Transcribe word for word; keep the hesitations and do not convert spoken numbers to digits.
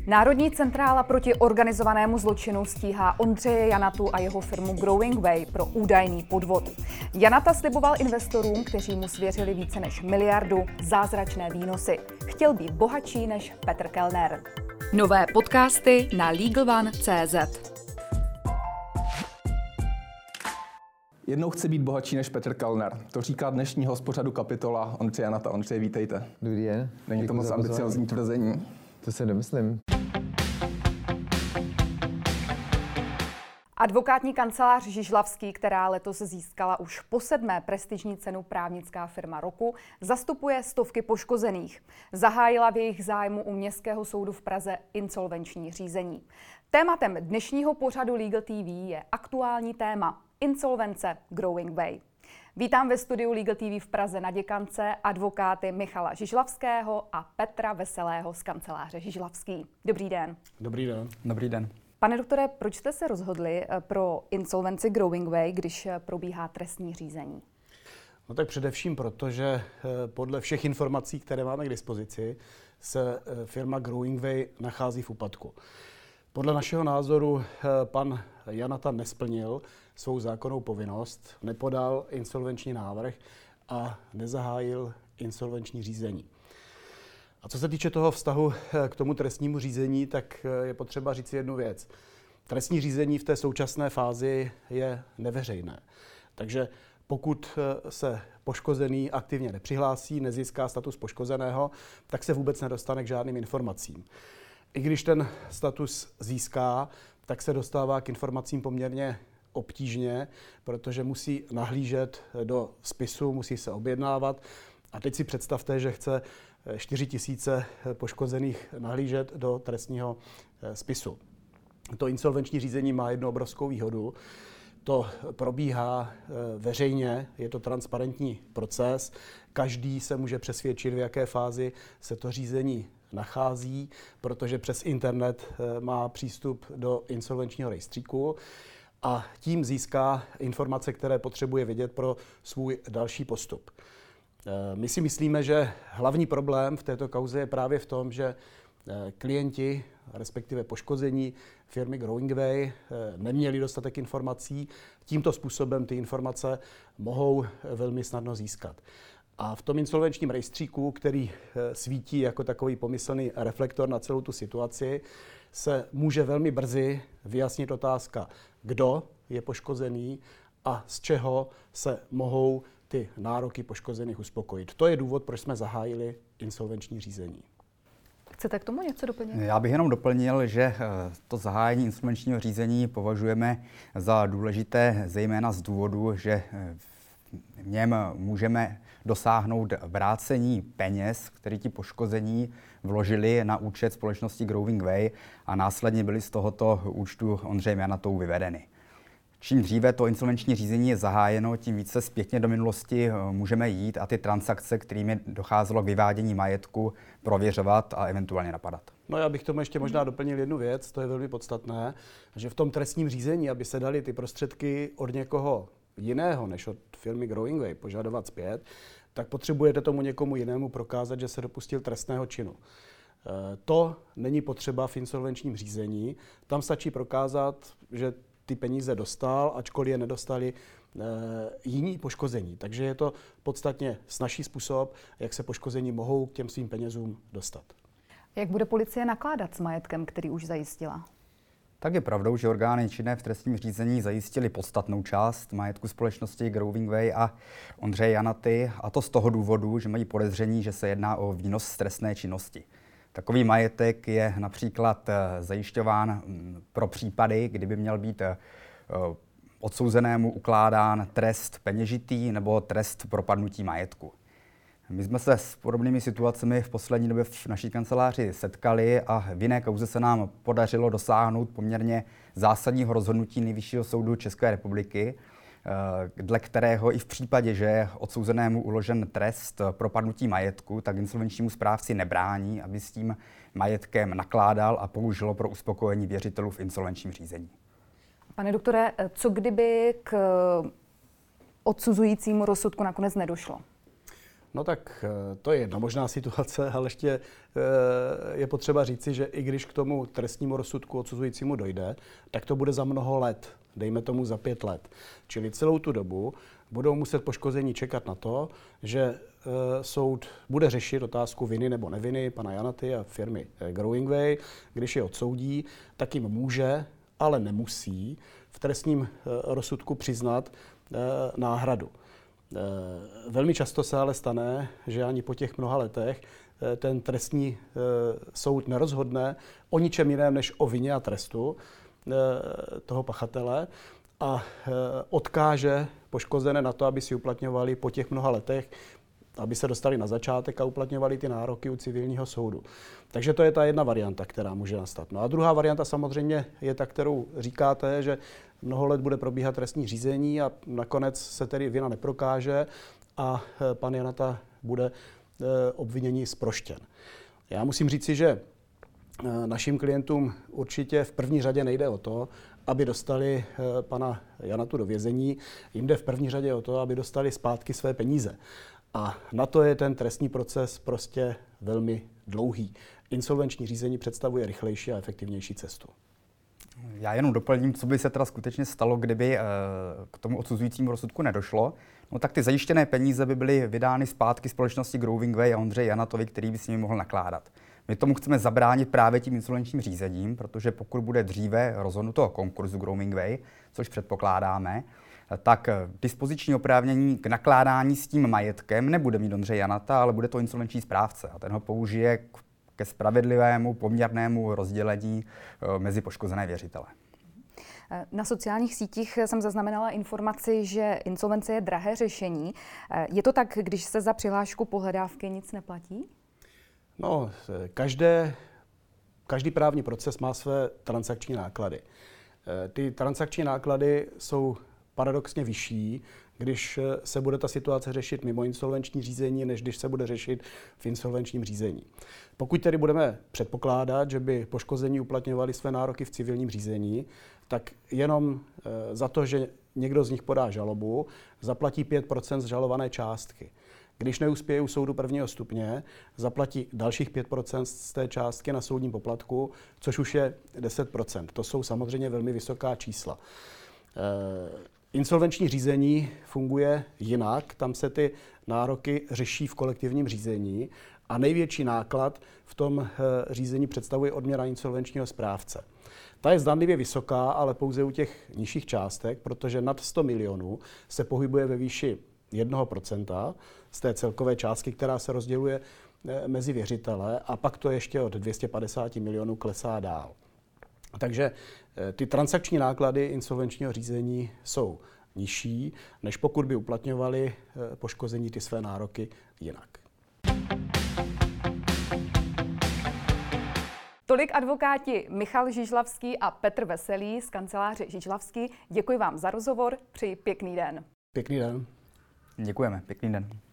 Národní centrála proti organizovanému zločinu stíhá Ondřeje Janatu a jeho firmu Growing Way pro údajný podvod. Janata sliboval investorům, kteří mu svěřili více než miliardu, zázračné výnosy. Chtěl být bohatší než Petr Kellner. Nové podcasty na Legal One tečka cé zet. Jednou chci být bohatší než Petr Kellner. To říká dnešní host pořadu Kapitola Ondřej Janata. Ondřej, vítejte. Dobrý den. Není to moc ambiciozní tvrzení. To se nemyslím. Advokátní kancelář Žižlavský, která letos získala už po sedmé prestižní cenu Právnická firma roku, zastupuje stovky poškozených. Zahájila v jejich zájmu u Městského soudu v Praze insolvenční řízení. Tématem dnešního pořadu Legal T V je aktuální téma insolvence Growing Way. Vítám ve studiu Legal T V v Praze na Děkance advokáty Michala Žižlavského a Petra Veselého z kanceláře Žižlavský. Dobrý den. Dobrý den. Dobrý den. Pane doktore, proč jste se rozhodli pro insolvenci Growing Way, když probíhá trestní řízení? No tak především proto, že podle všech informací, které máme k dispozici, se firma Growing Way nachází v úpadku. Podle našeho názoru pan Janata nesplnil svou zákonnou povinnost, nepodal insolvenční návrh a nezahájil insolvenční řízení. A co se týče toho vztahu k tomu trestnímu řízení, tak je potřeba říct jednu věc. Trestní řízení v té současné fázi je neveřejné. Takže pokud se poškozený aktivně nepřihlásí, nezíská status poškozeného, tak se vůbec nedostane k žádným informacím. I když ten status získá, tak se dostává k informacím poměrně obtížně, protože musí nahlížet do spisu, musí se objednávat. A teď si představte, že chce čtyři tisíce poškozených nahlížet do trestního spisu. To insolvenční řízení má jednu obrovskou výhodu. To probíhá veřejně, je to transparentní proces. Každý se může přesvědčit, v jaké fázi se to řízení nachází, protože přes internet má přístup do insolvenčního rejstříku a tím získá informace, které potřebuje vědět pro svůj další postup. My si myslíme, že hlavní problém v této kauze je právě v tom, že klienti, respektive poškození firmy Growing Way, neměli dostatek informací. Tímto způsobem ty informace mohou velmi snadno získat. A v tom insolvenčním rejstříku, který svítí jako takový pomyslný reflektor na celou tu situaci, se může velmi brzy vyjasnit otázka, kdo je poškozený a z čeho se mohou ty nároky poškozených uspokojit. To je důvod, proč jsme zahájili insolvenční řízení. Chcete k tomu něco doplnit? Já bych jenom doplnil, že to zahájení insolvenčního řízení považujeme za důležité zejména z důvodu, že v něm můžeme dosáhnout vrácení peněz, které ti poškození vložili na účet společnosti Growing Way a následně byly z tohoto účtu Ondřejem Janatou vyvedeny. Čím dříve to insolvenční řízení je zahájeno, tím více zpětně do minulosti můžeme jít a ty transakce, kterými docházelo k vyvádění majetku, prověřovat a eventuálně napadat. No já bych tomu ještě možná doplnil jednu věc, to je velmi podstatné, že v tom trestním řízení, aby se dali ty prostředky od někoho jiného než od firmy Growing Way požadovat zpět, tak potřebujete tomu někomu jinému prokázat, že se dopustil trestného činu. To není potřeba v insolvenčním řízení, tam stačí prokázat, že ty peníze dostal, ačkoliv je nedostali e, jiní poškození. Takže je to podstatně snazší způsob, jak se poškození mohou k těm svým penězům dostat. Jak bude policie nakládat s majetkem, který už zajistila? Tak je pravdou, že orgány činné v trestním řízení zajistili podstatnou část majetku společnosti Growing Way a Ondřeje Janaty, a to z toho důvodu, že mají podezření, že se jedná o výnos z trestné činnosti. Takový majetek je například zajišťován pro případy, kdyby měl být odsouzenému ukládán trest peněžitý nebo trest propadnutí majetku. My jsme se s podobnými situacemi v poslední době v naší kanceláři setkali a v jiné kauze se nám podařilo dosáhnout poměrně zásadního rozhodnutí Nejvyššího soudu České republiky, dle kterého i v případě, že je odsouzenému uložen trest propadnutí majetku, tak insolvenčnímu správci nebrání, aby s tím majetkem nakládal a použilo pro uspokojení věřitelů v insolvenčním řízení. Pane doktore, co kdyby k odsuzujícímu rozsudku nakonec nedošlo? No tak to je jedna možná situace, ale ještě je potřeba říci, že i když k tomu trestnímu rozsudku odsuzujícímu dojde, tak to bude za mnoho let, dejme tomu za pět let. Čili celou tu dobu budou muset poškození čekat na to, že soud bude řešit otázku viny nebo neviny pana Janaty a firmy Growing Way. Když je odsoudí, tak jim může, ale nemusí v trestním rozsudku přiznat náhradu. Velmi často se ale stane, že ani po těch mnoha letech ten trestní soud nerozhodne o ničem jiném než o vině a trestu toho pachatele a odkáže poškozené na to, aby si uplatňovali po těch mnoha letech, aby se dostali na začátek a uplatňovali ty nároky u civilního soudu. Takže to je ta jedna varianta, která může nastat. No a druhá varianta samozřejmě je ta, kterou říkáte, že mnoho let bude probíhat trestní řízení a nakonec se tedy vina neprokáže a pan Janata bude obvinění zproštěn. Já musím říci, že našim klientům určitě v první řadě nejde o to, aby dostali pana Janatu do vězení. Jim jde v první řadě o to, aby dostali zpátky své peníze. A na to je ten trestní proces prostě velmi dlouhý. Insolvenční řízení představuje rychlejší a efektivnější cestu. Já jenom doplním, co by se teda skutečně stalo, kdyby k tomu odsuzujícímu rozsudku nedošlo. No tak ty zajištěné peníze by byly vydány zpátky společnosti Growing Way a Ondřeji Janatovi, který by s nimi mohl nakládat. My tomu chceme zabránit právě tím insolvenčním řízením, protože pokud bude dříve rozhodnuto o konkurzu Growing Way, což předpokládáme, tak dispoziční oprávnění k nakládání s tím majetkem nebude mít Ondřej Janata, ale bude to insolvenční správce a ten ho použije ke spravedlivému poměrnému rozdělení mezi poškozené věřitele. Na sociálních sítích jsem zaznamenala informaci, že insolvence je drahé řešení. Je to tak, když se za přihlášku pohledávky nic neplatí? No, každé, každý právní proces má své transakční náklady. Ty transakční náklady jsou paradoxně vyšší, když se bude ta situace řešit mimo insolvenční řízení, než když se bude řešit v insolvenčním řízení. Pokud tedy budeme předpokládat, že by poškození uplatňovali své nároky v civilním řízení, tak jenom za to, že někdo z nich podá žalobu, zaplatí pět procent z žalované částky. Když neuspěje u soudu prvního stupně, zaplatí dalších pět procent z té částky na soudním poplatku, což už je deset procent. To jsou samozřejmě velmi vysoká čísla. Insolvenční řízení funguje jinak, tam se ty nároky řeší v kolektivním řízení a největší náklad v tom řízení představuje odměna insolvenčního správce. Ta je zdánlivě vysoká, ale pouze u těch nižších částek, protože nad sto milionů se pohybuje ve výši jednoho procenta z té celkové částky, která se rozděluje mezi věřitele a pak to ještě od dvě stě padesát milionů klesá dál. Takže ty transakční náklady insolvenčního řízení jsou nižší, než pokud by uplatňovali poškození ty své nároky jinak. Tolik advokáti Michal Žižlavský a Petr Veselý z kanceláře Žižlavský. Děkuji vám za rozhovor, přeji pěkný den. Pěkný den. Děkujeme, pěkný den.